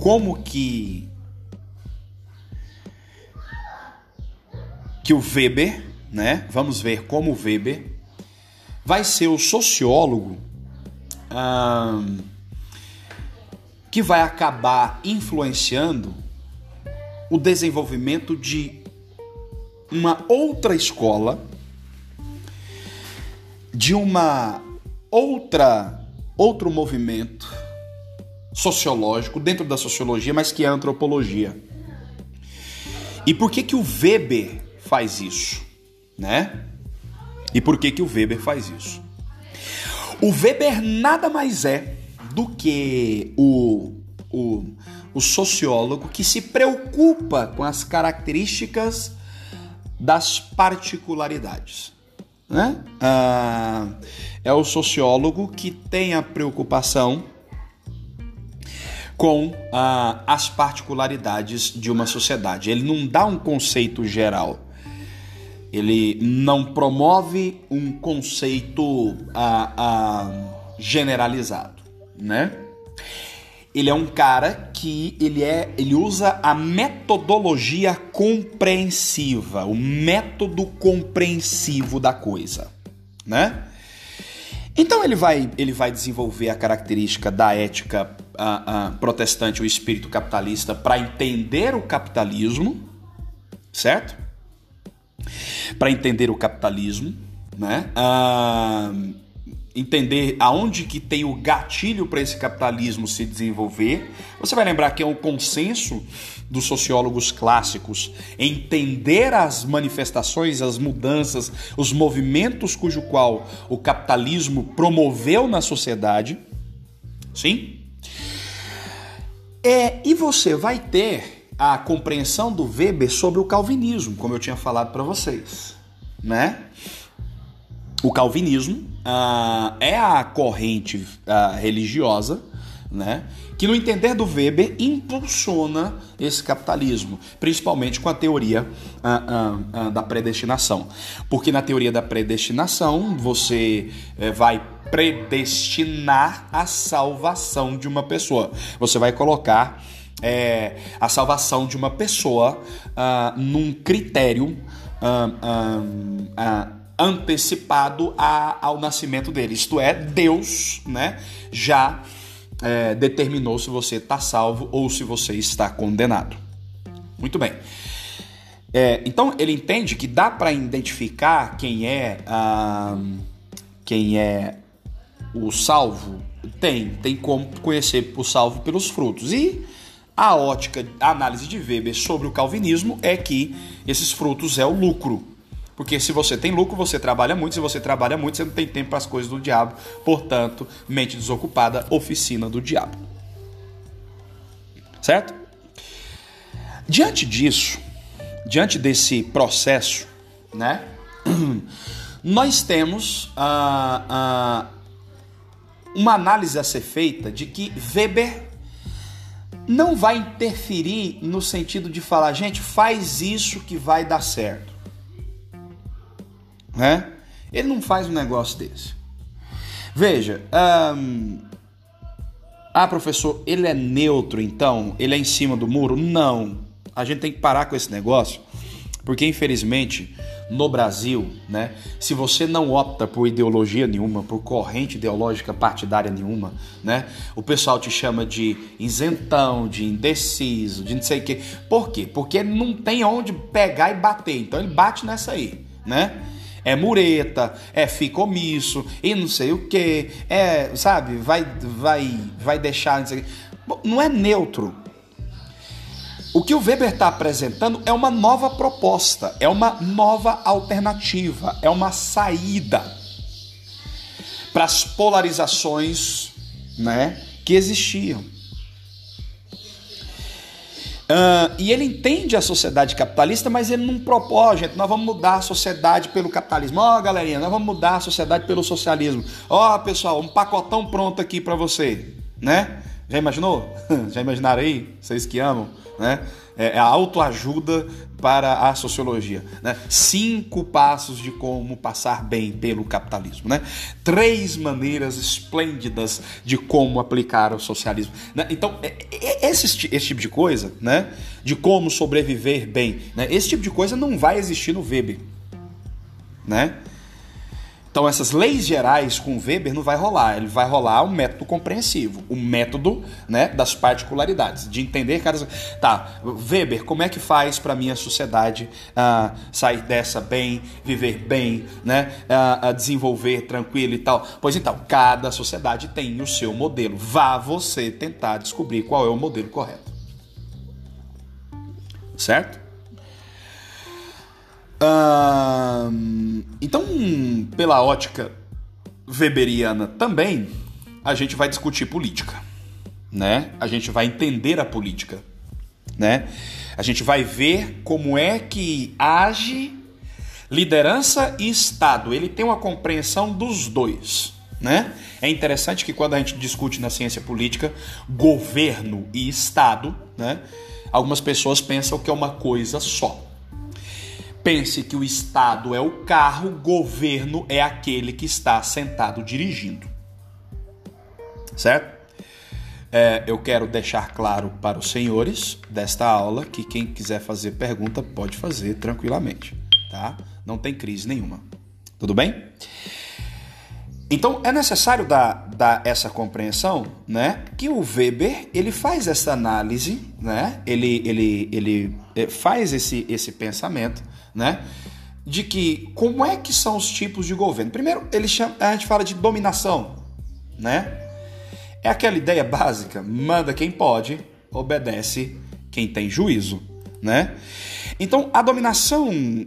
como que o Weber, né? Vamos ver como o Weber vai ser o sociólogo que vai acabar influenciando o desenvolvimento de uma outra escola, de outro movimento sociológico dentro da sociologia, mas que é a antropologia. E por que o Weber faz isso, né? E por que o Weber faz isso? O Weber nada mais é do que o sociólogo que se preocupa com as características das particularidades, né? É o sociólogo que tem a preocupação com as particularidades de uma sociedade. Ele não dá um conceito geral. Ele não promove um conceito generalizado, né? Ele é um cara que ele usa a metodologia compreensiva, o método compreensivo da coisa, né? Então ele vai desenvolver a característica da ética protestante, o espírito capitalista, para entender o capitalismo, certo? Para entender o capitalismo, né? Entender aonde que tem o gatilho para esse capitalismo se desenvolver. Você vai lembrar que é um consenso dos sociólogos clássicos entender as manifestações, as mudanças, os movimentos cujo qual o capitalismo promoveu na sociedade. Sim? E você vai ter a compreensão do Weber sobre o calvinismo, como eu tinha falado para vocês, né? O calvinismo é a corrente religiosa, né, que no entender do Weber impulsiona esse capitalismo, principalmente com a teoria da predestinação. Porque na teoria da predestinação você vai predestinar a salvação de uma pessoa. Você vai colocar a salvação de uma pessoa num critério antecipado ao nascimento dele. Isto é, Deus, né, já determinou se você está salvo ou se você está condenado. Muito bem. Então ele entende que dá para identificar quem é o salvo. Tem como conhecer o salvo pelos frutos. E a análise de Weber sobre o calvinismo é que esses frutos é o lucro. Porque se você tem lucro, você trabalha muito. Se você trabalha muito, você não tem tempo para as coisas do diabo. Portanto, mente desocupada, oficina do diabo. Certo? Diante disso, diante desse processo, né, nós temos uma análise a ser feita de que Weber não vai interferir no sentido de falar, gente, faz isso que vai dar certo. Né? Ele não faz um negócio desse. Veja, professor, ele é neutro, então? Ele é em cima do muro? Não. A gente tem que parar com esse negócio, porque infelizmente no Brasil, né, se você não opta por ideologia nenhuma, por corrente ideológica partidária nenhuma, né, o pessoal te chama de isentão, de indeciso, de não sei o quê. Por quê? Porque ele não tem onde pegar e bater, então ele bate nessa aí, né? É mureta, é ficomisso, e não sei o que, sabe, vai deixar, não sei o quê. Não é neutro. O que o Weber está apresentando é uma nova proposta, é uma nova alternativa, é uma saída para as polarizações, né, que existiam. E ele entende a sociedade capitalista, mas ele não propõe, gente, nós vamos mudar a sociedade pelo capitalismo. Galerinha, nós vamos mudar a sociedade pelo socialismo. Pessoal, um pacotão pronto aqui para você, né? Já imaginou? Já imaginaram aí? Vocês que amam, né? É a autoajuda para a sociologia, né? 5 passos de como passar bem pelo capitalismo, né? 3 maneiras esplêndidas de como aplicar o socialismo, né? Então, esse tipo de coisa, né? De como sobreviver bem, né? Esse tipo de coisa não vai existir no Weber, né? Então, essas leis gerais com Weber não vai rolar. Ele vai rolar o método compreensivo, o método, né, das particularidades, de entender cada... Tá, Weber, como é que faz para minha sociedade sair dessa bem, viver bem, né, desenvolver tranquilo e tal? Pois então, cada sociedade tem o seu modelo. Vá você tentar descobrir qual é o modelo correto. Certo? Então, pela ótica weberiana também, a gente vai discutir política, né? A gente vai entender a política, né? A gente vai ver como é que age liderança e Estado. Ele tem uma compreensão dos dois, né? É interessante que quando a gente discute na ciência política governo e Estado, né? Algumas pessoas pensam que é uma coisa só. Pense que o Estado é o carro, o governo é aquele que está sentado dirigindo. Certo? Eu quero deixar claro para os senhores desta aula que quem quiser fazer pergunta pode fazer tranquilamente. Tá? Não tem crise nenhuma. Tudo bem? Então é necessário dar essa compreensão, né? Que o Weber ele faz essa análise, né? Ele faz esse pensamento, né? De que como é que são os tipos de governo. Primeiro, a gente fala de dominação, né? É aquela ideia básica, manda quem pode, obedece quem tem juízo, né? Então, a dominação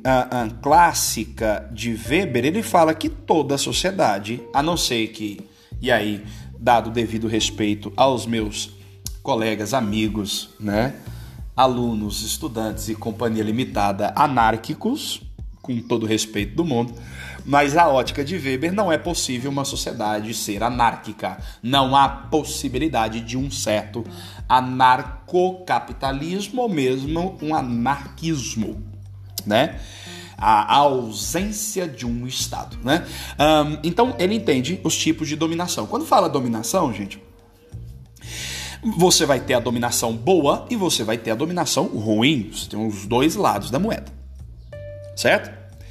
clássica de Weber, ele fala que toda a sociedade, a não ser que, e aí, dado o devido respeito aos meus colegas, amigos, né? Alunos, estudantes e companhia limitada anárquicos, com todo o respeito do mundo, mas a ótica de Weber não é possível uma sociedade ser anárquica. Não há possibilidade de um certo anarcocapitalismo ou mesmo um anarquismo, né? A ausência de um Estado, né? Então ele entende os tipos de dominação. Quando fala dominação, gente, você vai ter a dominação boa e você vai ter a dominação ruim. Você tem os dois lados da moeda. Certo?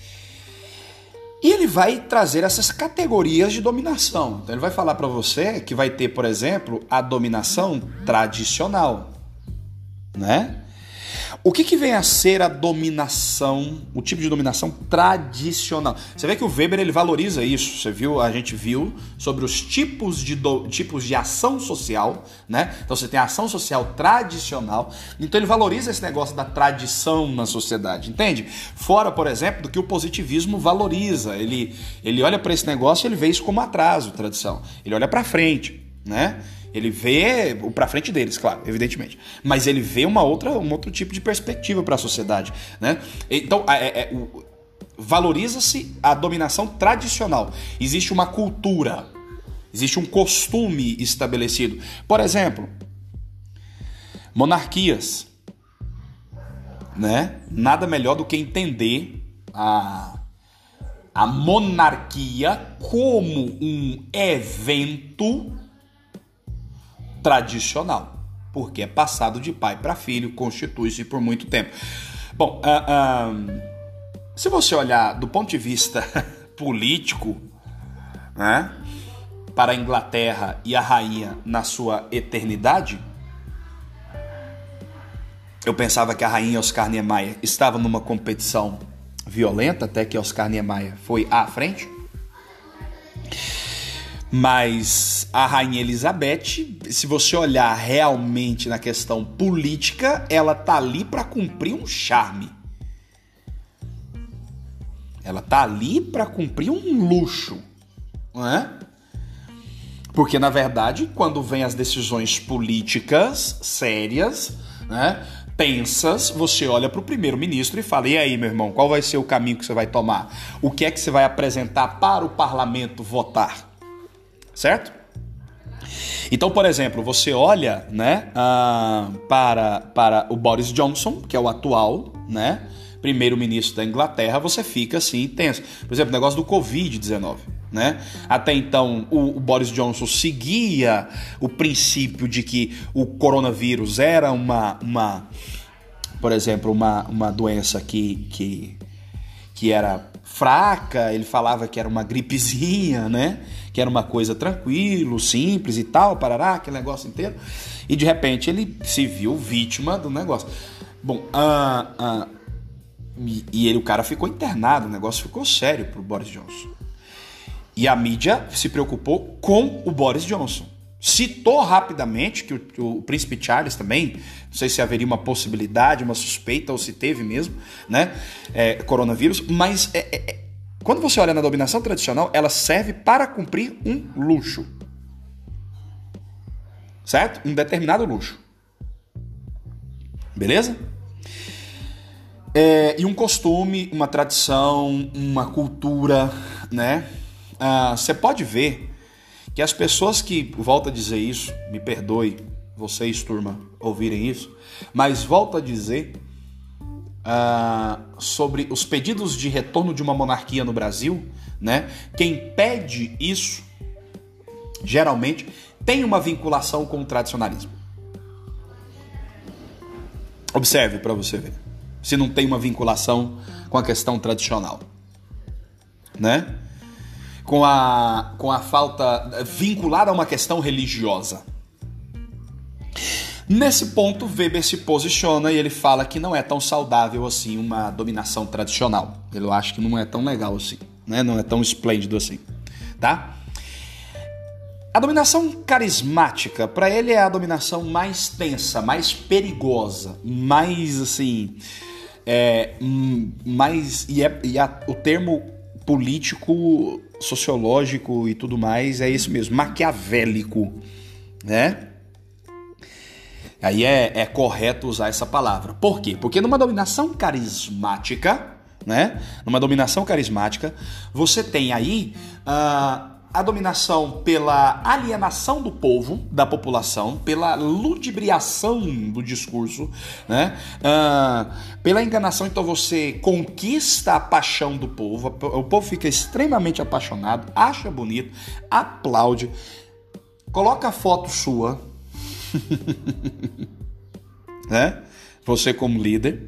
E ele vai trazer essas categorias de dominação. Então ele vai falar para você que vai ter, por exemplo, a dominação tradicional, né? O que vem a ser a dominação, o tipo de dominação tradicional? Você vê que o Weber ele valoriza isso. Você viu? A gente viu sobre os tipos de ação social, né? Então você tem a ação social tradicional. Então ele valoriza esse negócio da tradição na sociedade, entende? Fora, por exemplo, do que o positivismo valoriza. Ele olha para esse negócio e ele vê isso como atraso, tradição. Ele olha para frente, né? Ele vê o para frente deles, claro, evidentemente. Mas ele vê um outro tipo de perspectiva para a sociedade, né? Então, valoriza-se a dominação tradicional. Existe uma cultura, existe um costume estabelecido. Por exemplo, monarquias, né? Nada melhor do que entender a monarquia como um evento tradicional, porque é passado de pai para filho, constitui-se por muito tempo. Bom, se você olhar do ponto de vista político, né, para a Inglaterra e a rainha na sua eternidade, eu pensava que a rainha Oscar Niemeyer estava numa competição violenta, até que Oscar Niemeyer foi à frente. Mas a Rainha Elizabeth, se você olhar realmente na questão política, ela tá ali para cumprir um charme. Ela tá ali para cumprir um luxo, não é? Porque, na verdade, quando vem as decisões políticas sérias, né, tensas, você olha para o primeiro-ministro e fala: e aí, meu irmão, qual vai ser o caminho que você vai tomar? O que é que você vai apresentar para o parlamento votar? Certo? Então, por exemplo, você olha, né, para o Boris Johnson, que é o atual, né, primeiro-ministro da Inglaterra, você fica assim tenso. Por exemplo, o negócio do Covid-19. Né? Até então, o Boris Johnson seguia o princípio de que o coronavírus era por exemplo, uma doença que era fraca. Ele falava que era uma gripezinha, né? Que era uma coisa tranquilo, simples e tal, parará, aquele negócio inteiro. E de repente ele se viu vítima do negócio. Bom, o cara ficou internado, o negócio ficou sério pro Boris Johnson. E a mídia se preocupou com o Boris Johnson. Citou rapidamente que o príncipe Charles também, não sei se haveria uma possibilidade, uma suspeita, ou se teve mesmo, né, coronavírus, mas quando você olha na dominação tradicional, ela serve para cumprir um luxo. Certo? Um determinado luxo. Beleza? E um costume, uma tradição, uma cultura, né? Você pode ver que as pessoas que, volto a dizer isso, me perdoe vocês, turma, ouvirem isso, mas volto a dizer sobre os pedidos de retorno de uma monarquia no Brasil, né? Quem pede isso, geralmente, tem uma vinculação com o tradicionalismo. Observe para você ver se não tem uma vinculação com a questão tradicional, né? Com a falta vinculada a uma questão religiosa. Nesse ponto, Weber se posiciona e ele fala que não é tão saudável assim uma dominação tradicional. Ele acha que não é tão legal assim, né? Não é tão esplêndido assim, tá? A dominação carismática, para ele, é a dominação mais tensa, mais perigosa, mais assim, o termo político, sociológico e tudo mais é isso mesmo, maquiavélico, né? Aí é correto usar essa palavra. Por quê? Porque numa dominação carismática, né? Numa dominação carismática, você tem aí a dominação pela alienação do povo, da população, pela ludibriação do discurso, né? Pela enganação. Então você conquista a paixão do povo, o povo fica extremamente apaixonado, acha bonito, aplaude, coloca a foto sua, né? Você como líder.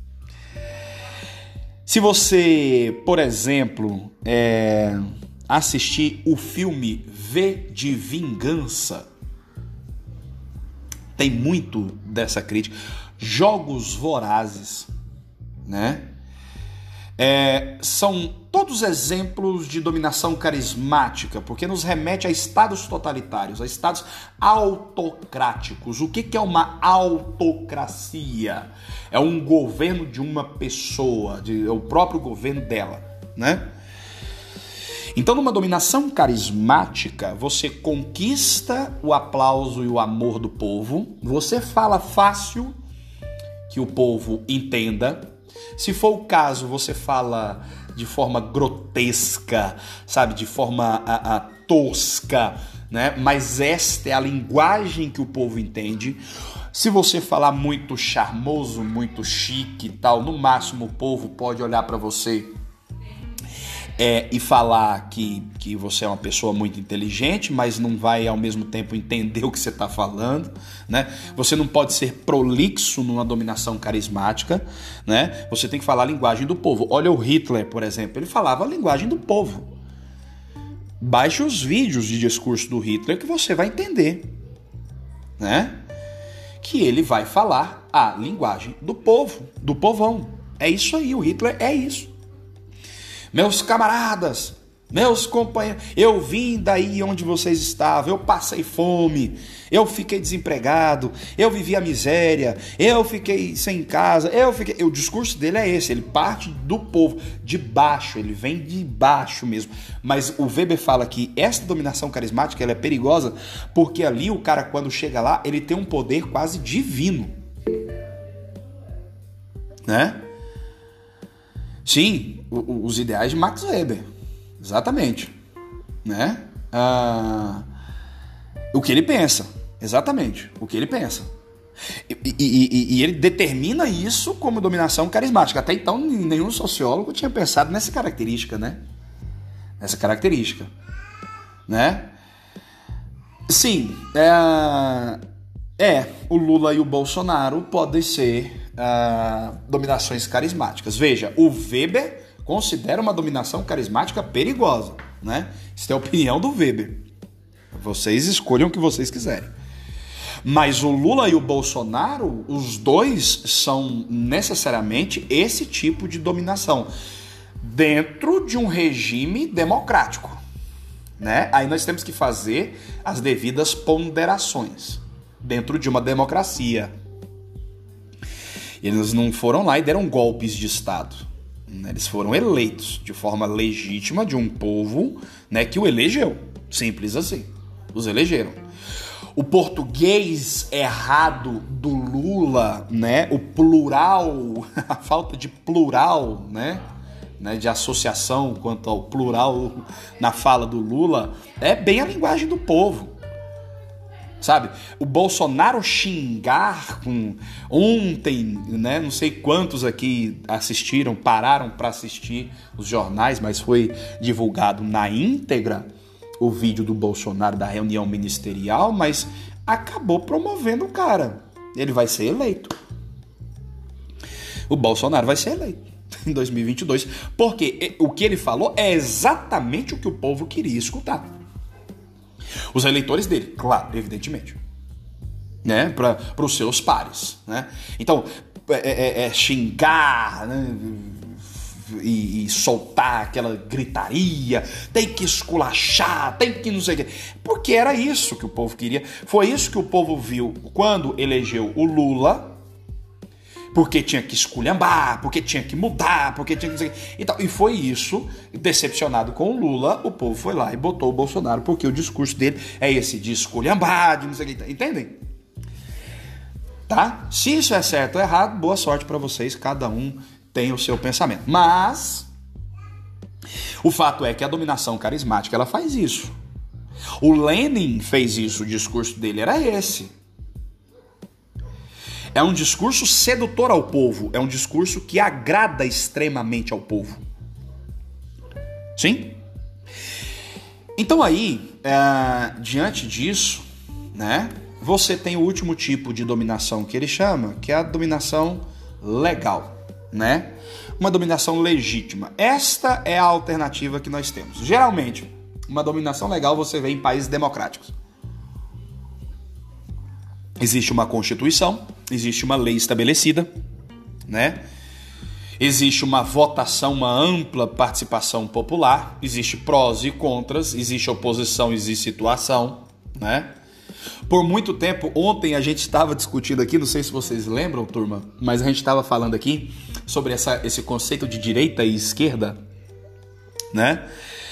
Se você, por exemplo, assistir o filme V de Vingança, tem muito dessa crítica. Jogos Vorazes, né? São todos exemplos de dominação carismática, porque nos remete a estados totalitários, a estados autocráticos. O que é uma autocracia? É um governo de uma pessoa, é o próprio governo dela, né? Então, numa dominação carismática, você conquista o aplauso e o amor do povo, você fala fácil que o povo entenda. Se for o caso, você fala de forma grotesca, sabe, de forma tosca, né? Mas esta é a linguagem que o povo entende. Se você falar muito charmoso, muito chique e tal, no máximo o povo pode olhar para você e falar que você é uma pessoa muito inteligente, mas não vai ao mesmo tempo entender o que você está falando, né? Você não pode ser prolixo numa dominação carismática, né? Você tem que falar a linguagem do povo. Olha o Hitler, por exemplo, ele falava a linguagem do povo. Baixe os vídeos de discurso do Hitler que você vai entender, né? Que ele vai falar a linguagem do povo, do povão. É isso aí, o Hitler é isso. Meus camaradas, meus companheiros, eu vim daí onde vocês estavam, eu passei fome, eu fiquei desempregado, eu vivi a miséria, eu fiquei sem casa, O discurso dele é esse, ele parte do povo, de baixo, ele vem de baixo mesmo. Mas o Weber fala que essa dominação carismática ela é perigosa porque ali o cara, quando chega lá, ele tem um poder quase divino, né? Sim, os ideais de Max Weber, exatamente, né? O que ele pensa, exatamente, o que ele pensa. E ele determina isso como dominação carismática. Até então, nenhum sociólogo tinha pensado nessa característica, né? Essa característica, né? Sim, o Lula e o Bolsonaro podem ser dominações carismáticas. Veja, o Weber considera uma dominação carismática perigosa, né? Isso é a opinião do Weber. Vocês escolham o que vocês quiserem. Mas o Lula e o Bolsonaro, os dois são necessariamente esse tipo de dominação dentro de um regime democrático, né? Aí nós temos que fazer as devidas ponderações dentro de uma democracia. Eles não foram lá e deram golpes de Estado, né? Eles foram eleitos de forma legítima de um povo, né, que o elegeu. Simples assim. Os elegeram. O português errado do Lula, né? O plural, a falta de plural, né? De associação quanto ao plural na fala do Lula, é bem a linguagem do povo, sabe? O Bolsonaro xingar ontem, né? Não sei quantos aqui pararam para assistir os jornais, mas foi divulgado na íntegra o vídeo do Bolsonaro da reunião ministerial, mas acabou promovendo o cara. Ele vai ser eleito. O Bolsonaro vai ser eleito em 2022, porque o que ele falou é exatamente o que o povo queria escutar. Os eleitores dele, claro, evidentemente, né, para os seus pares, né? Então, xingar, né, e soltar aquela gritaria, tem que esculachar, tem que não sei o quê, porque era isso que o povo queria. Foi isso que o povo viu quando elegeu o Lula, porque tinha que esculhambar, porque tinha que mudar, porque tinha que não sei o quê. E foi isso, decepcionado com o Lula, o povo foi lá e botou o Bolsonaro, porque o discurso dele é esse de esculhambar, de não sei o quê. Entendem? Tá? Se isso é certo ou errado, boa sorte para vocês, cada um tem o seu pensamento. Mas o fato é que a dominação carismática, ela faz isso. O Lenin fez isso, o discurso dele era esse. É um discurso sedutor ao povo, é um discurso que agrada extremamente ao povo. Sim? Então aí, diante disso, né, você tem o último tipo de dominação que ele chama, que é a dominação legal, né? Uma dominação legítima. Esta é a alternativa que nós temos. Geralmente, uma dominação legal você vê em países democráticos. Existe uma constituição, existe uma lei estabelecida, né? Existe uma votação, uma ampla participação popular, existe prós e contras, existe oposição, existe situação, né? Por muito tempo, ontem a gente estava discutindo aqui, não sei se vocês lembram, turma, mas a gente estava falando aqui sobre esse conceito de direita e esquerda, né?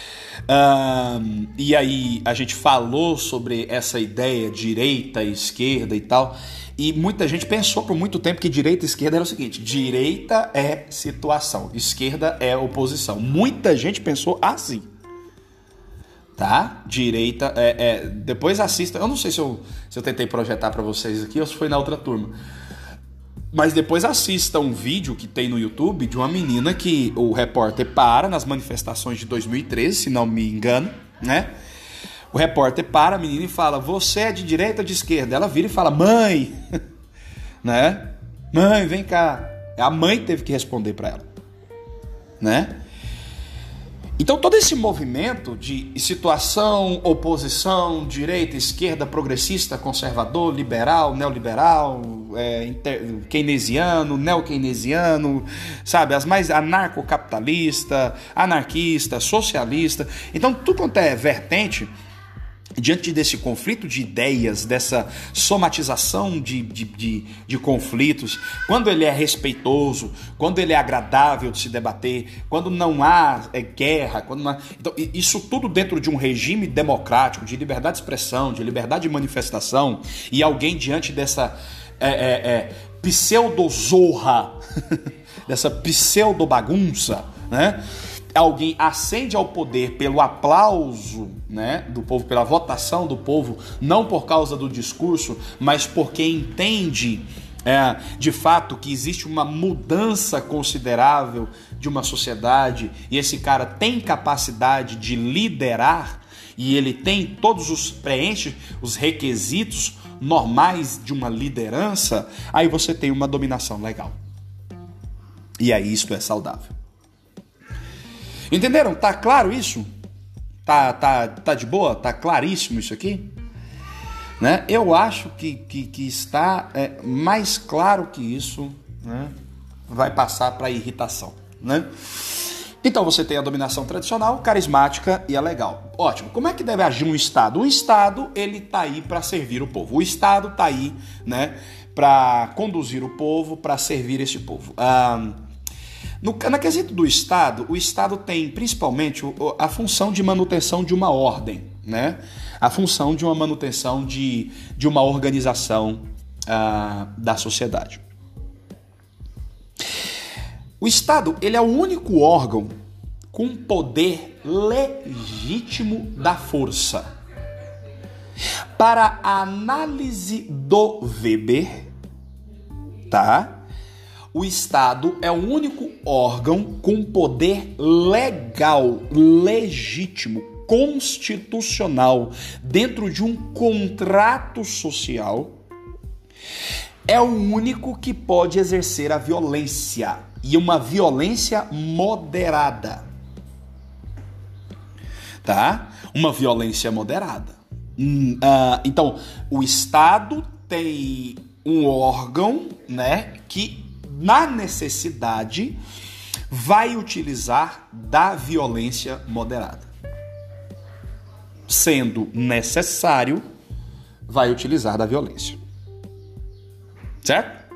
E aí a gente falou sobre essa ideia direita e esquerda e tal, e muita gente pensou por muito tempo que direita e esquerda era o seguinte: direita é situação, esquerda é oposição. Muita gente pensou assim. Tá? Direita depois assista. Eu não sei se eu tentei projetar para vocês aqui ou se foi na outra turma. Mas depois assista um vídeo que tem no YouTube de uma menina que o repórter para nas manifestações de 2013, se não me engano, né? O repórter para a menina e fala: "Você é de direita ou de esquerda?" Ela vira e fala: "Mãe", né? "Mãe, vem cá." A mãe teve que responder para ela, né? Então todo esse movimento de situação, oposição, direita, esquerda, progressista, conservador, liberal, neoliberal, keynesiano, neo-keynesiano, sabe, as mais anarcocapitalista, anarquista, socialista. Então tudo quanto é vertente, diante desse conflito de ideias, dessa somatização de conflitos, quando ele é respeitoso, quando ele é agradável de se debater, quando não há guerra, quando não há... Então, isso tudo dentro de um regime democrático, de liberdade de expressão, de liberdade de manifestação, e alguém diante dessa pseudo-zorra, dessa pseudo-bagunça, né? alguém ascende ao poder pelo aplauso, né, do povo, pela votação do povo, não por causa do discurso, mas porque entende de fato que existe uma mudança considerável de uma sociedade e esse cara tem capacidade de liderar e ele tem preenche os requisitos normais de uma liderança, aí você tem uma dominação legal. E aí isto é saudável. Entenderam? Tá claro isso? Tá de boa? Tá claríssimo isso aqui? Né? Eu acho que está mais claro que isso, né? Vai passar para irritação, né? Então você tem a dominação tradicional, carismática e a legal. Ótimo. Como é que deve agir um Estado? O Estado, ele tá aí para servir o povo. O Estado tá aí, né, para conduzir o povo, para servir esse povo. Na quesito do Estado, o Estado tem principalmente a função de manutenção de uma ordem, né? A função de uma manutenção de uma organização da sociedade. O Estado, ele é o único órgão com poder legítimo da força. Para a análise do Weber, tá? O Estado é o único órgão com poder legal, legítimo, constitucional, dentro de um contrato social. É o único que pode exercer a violência, e uma violência moderada. Tá? Uma violência moderada. Então, o Estado tem um órgão, né, que na necessidade vai utilizar da violência moderada. Sendo necessário, vai utilizar da violência. Certo?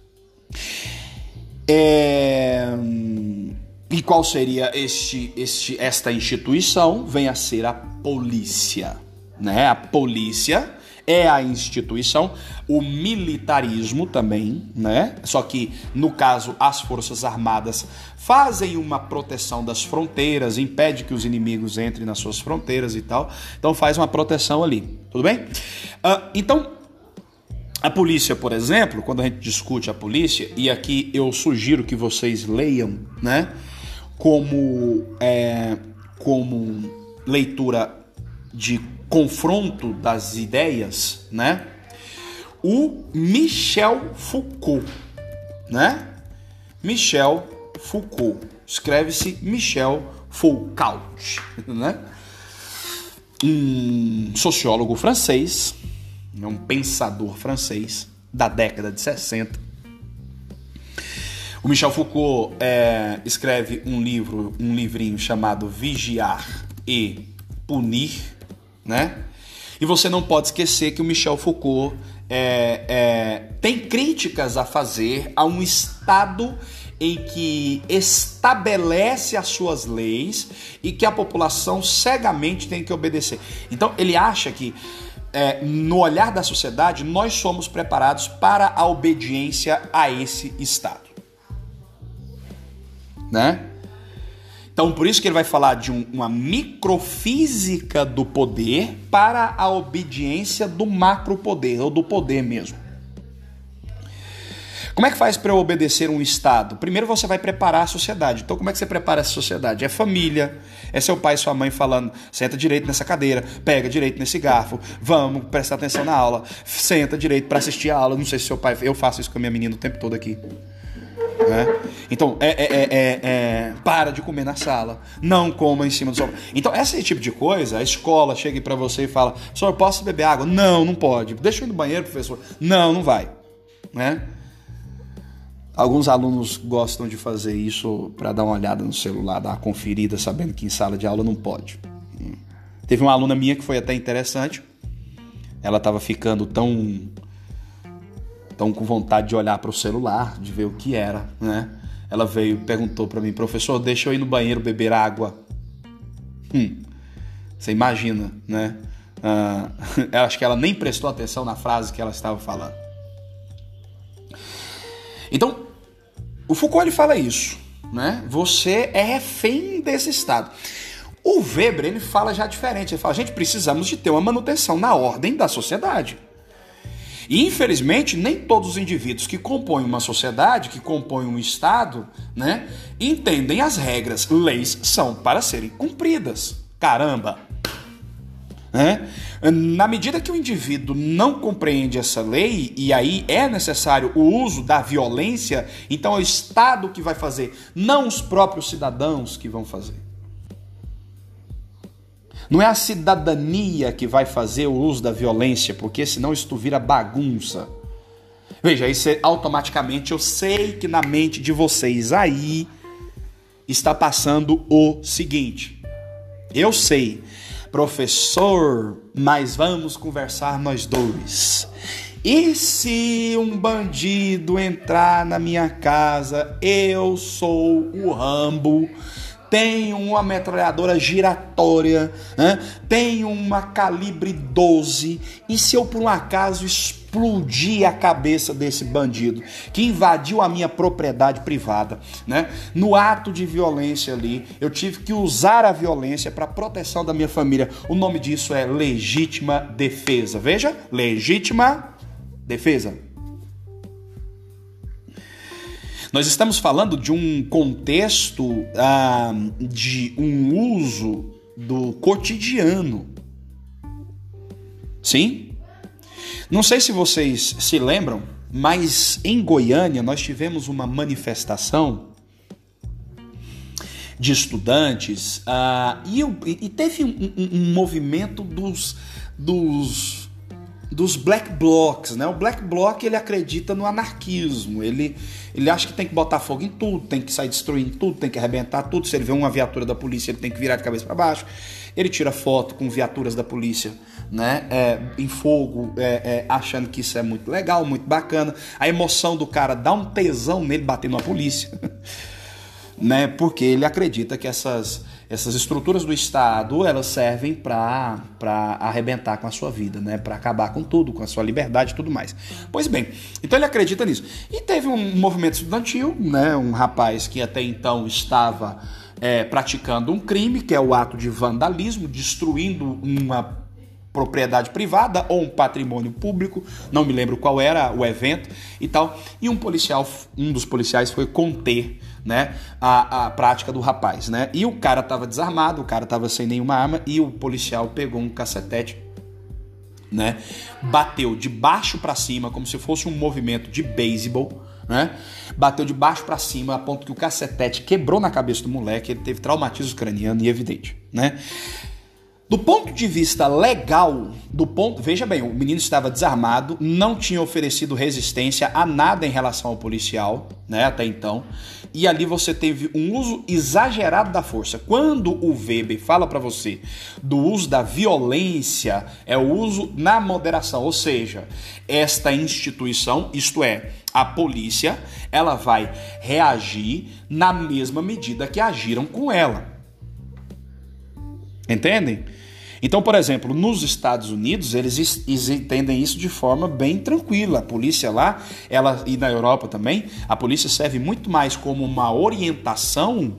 E qual seria esta instituição? Vem a ser a polícia, né? A polícia é a instituição, o militarismo também, né? Só que, no caso, as Forças Armadas fazem uma proteção das fronteiras, impede que os inimigos entrem nas suas fronteiras e tal. Então faz uma proteção ali, tudo bem? Então, a polícia, por exemplo, quando a gente discute a polícia, e aqui eu sugiro que vocês leiam, né, como leitura de confronto das ideias, né, o Michel Foucault, né? Michel Foucault, escreve-se Michel Foucault, né? Um sociólogo francês, um pensador francês da década de 60. O Michel Foucault escreve um livrinho chamado Vigiar e Punir, né? E você não pode esquecer que o Michel Foucault tem críticas a fazer a um Estado em que estabelece as suas leis e que a população cegamente tem que obedecer. Então ele acha que no olhar da sociedade, nós somos preparados para a obediência a esse Estado, né? Então, por isso que ele vai falar de uma microfísica do poder para a obediência do macropoder, ou do poder mesmo. Como é que faz para eu obedecer um Estado? Primeiro você vai preparar a sociedade. Então como é que você prepara essa sociedade? É família, é seu pai e sua mãe falando, senta direito nessa cadeira, pega direito nesse garfo, vamos prestar atenção na aula, senta direito para assistir a aula. Não sei se seu pai... Eu faço isso com a minha menina o tempo todo aqui. Né? Então, para de comer na sala, não coma em cima do sofá. Então, esse tipo de coisa, a escola chega para você e fala, senhor, posso beber água? Não, não pode. Deixa eu ir no banheiro, professor. Não, não vai. Né? Alguns alunos gostam de fazer isso para dar uma olhada no celular, dar uma conferida, sabendo que em sala de aula não pode. Teve uma aluna minha que foi até interessante. Ela estava ficando tão com vontade de olhar para o celular, de ver o que era, né? Ela veio e perguntou para mim, professor, deixa eu ir no banheiro beber água. Você imagina, né? Eu acho que ela nem prestou atenção na frase que ela estava falando. Então, o Foucault ele fala isso, né? Você é refém desse Estado. O Weber, ele fala já diferente. Ele fala, gente, precisamos de ter uma manutenção na ordem da sociedade. E, infelizmente, nem todos os indivíduos que compõem uma sociedade, que compõem um Estado, né, entendem as regras. Leis são para serem cumpridas. Caramba! Né? Na medida que o indivíduo não compreende essa lei, e aí é necessário o uso da violência, então é o Estado que vai fazer, não os próprios cidadãos que vão fazer. Não é a cidadania que vai fazer o uso da violência, porque senão isso vira bagunça. Veja, isso automaticamente eu sei que na mente de vocês aí está passando o seguinte. Eu sei, professor, mas vamos conversar nós dois. E se um bandido entrar na minha casa, eu sou o Rambo, tenho uma metralhadora giratória, né? Tenho uma calibre 12, e se eu por um acaso explodir a cabeça desse bandido que invadiu a minha propriedade privada, né? No ato de violência ali, eu tive que usar a violência para proteção da minha família. O nome disso é legítima defesa. Veja, legítima defesa. Nós estamos falando de um contexto de um uso do cotidiano. Sim? Não sei se vocês se lembram, mas em Goiânia nós tivemos uma manifestação de estudantes e teve um movimento dos black blocs, né? O black bloc, ele acredita no anarquismo, ele acha que tem que botar fogo em tudo, tem que sair destruindo tudo, tem que arrebentar tudo. Se ele vê uma viatura da polícia, ele tem que virar de cabeça para baixo. Ele tira foto com viaturas da polícia, né, em fogo, achando que isso é muito legal, muito bacana. A emoção do cara dá um tesão nele bater numa polícia, né? Porque ele acredita que essas estruturas do Estado, elas servem para arrebentar com a sua vida, né? Para acabar com tudo, com a sua liberdade e tudo mais. Pois bem, então ele acredita nisso. E teve um movimento estudantil, né? Um rapaz que até então estava praticando um crime, que é o ato de vandalismo, destruindo uma propriedade privada ou um patrimônio público, não me lembro qual era o evento e tal, e um dos policiais foi conter, né, a prática do rapaz, né, e o cara estava desarmado, o cara estava sem nenhuma arma, e o policial pegou um cacetete, né, bateu de baixo para cima, como se fosse um movimento de beisebol, né, bateu de baixo para cima, a ponto que o cacetete quebrou na cabeça do moleque, ele teve traumatismo craniano e evidente, né. Do ponto de vista legal, veja bem, o menino estava desarmado, não tinha oferecido resistência a nada em relação ao policial, né, até então, e ali você teve um uso exagerado da força. Quando o Weber fala para você do uso da violência, é o uso na moderação, ou seja, esta instituição, isto é, a polícia, ela vai reagir na mesma medida que agiram com ela. Entendem? Então, por exemplo, nos Estados Unidos, eles entendem isso de forma bem tranquila. A polícia lá, e na Europa também, a polícia serve muito mais como uma orientação,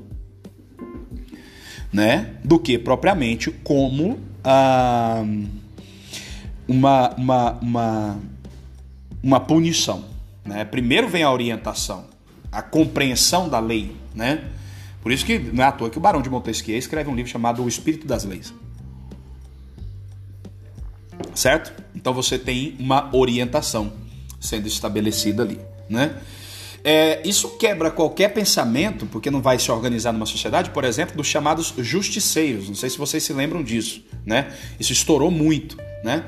né, do que propriamente como uma punição, né? Primeiro vem a orientação, a compreensão da lei, né? Por isso que não é à toa que o Barão de Montesquieu escreve um livro chamado O Espírito das Leis. Certo? Então você tem uma orientação sendo estabelecida ali, né? Isso quebra qualquer pensamento, porque não vai se organizar numa sociedade, por exemplo, dos chamados justiceiros. Não sei se vocês se lembram disso, né? Isso estourou muito, né?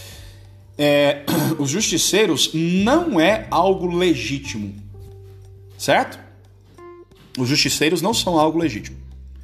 Os justiceiros não é algo legítimo, certo? Os justiceiros não são algo legítimo.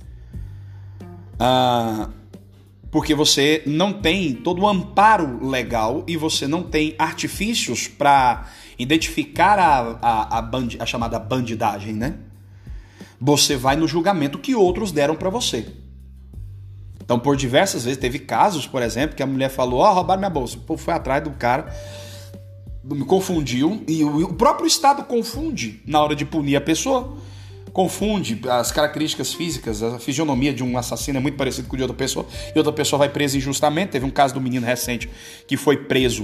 Porque você não tem todo o amparo legal e você não tem artifícios para identificar a chamada bandidagem, né? Você vai no julgamento que outros deram para você. Então, por diversas vezes, teve casos, por exemplo, que a mulher falou, roubaram minha bolsa. O povo foi atrás do cara, me confundiu, e o próprio Estado confunde na hora de punir a pessoa. confunde as características físicas, a fisionomia de um assassino é muito parecido com o de outra pessoa, e outra pessoa vai presa injustamente. Teve um caso do menino recente que foi preso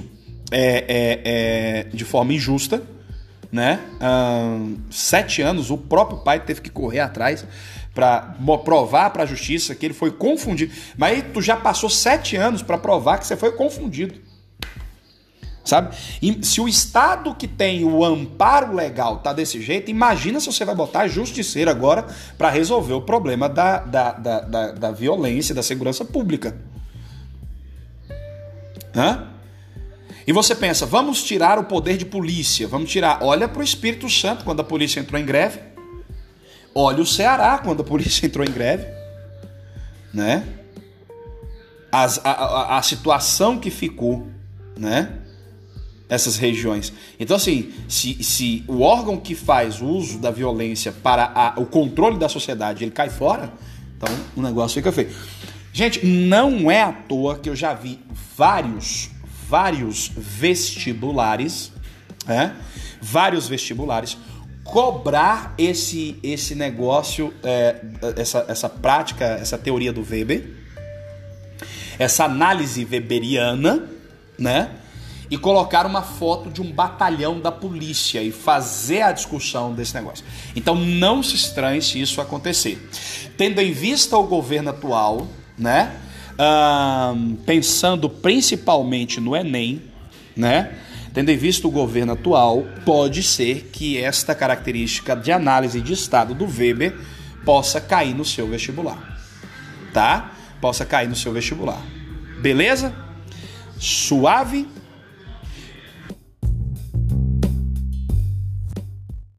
de forma injusta, né? 7 anos, o próprio pai teve que correr atrás para provar para a justiça que ele foi confundido. Mas aí tu já passou 7 anos para provar que você foi confundido. Sabe? E se o Estado que tem o amparo legal tá desse jeito, imagina se você vai botar justiceiro agora para resolver o problema da violência, da segurança pública. Hã? E você pensa, vamos tirar o poder de polícia, vamos tirar. Olha para o Espírito Santo quando a polícia entrou em greve. Olha o Ceará quando a polícia entrou em greve. Né? A situação que ficou, né? Essas regiões. Então, assim, se o órgão que faz o uso da violência para o controle da sociedade, ele cai fora, então o negócio fica feio. Gente, não é à toa que eu já vi vários vestibulares, vários vestibulares, cobrar esse negócio, essa prática, essa teoria do Weber, essa análise weberiana, né? E colocar uma foto de um batalhão da polícia e fazer a discussão desse negócio. Então não se estranhe se isso acontecer. Tendo em vista o governo atual, né? Pensando principalmente no Enem, né? Tendo em vista o governo atual, pode ser que esta característica de análise de estado do Weber possa cair no seu vestibular, tá? Possa cair no seu vestibular. Beleza? Suave?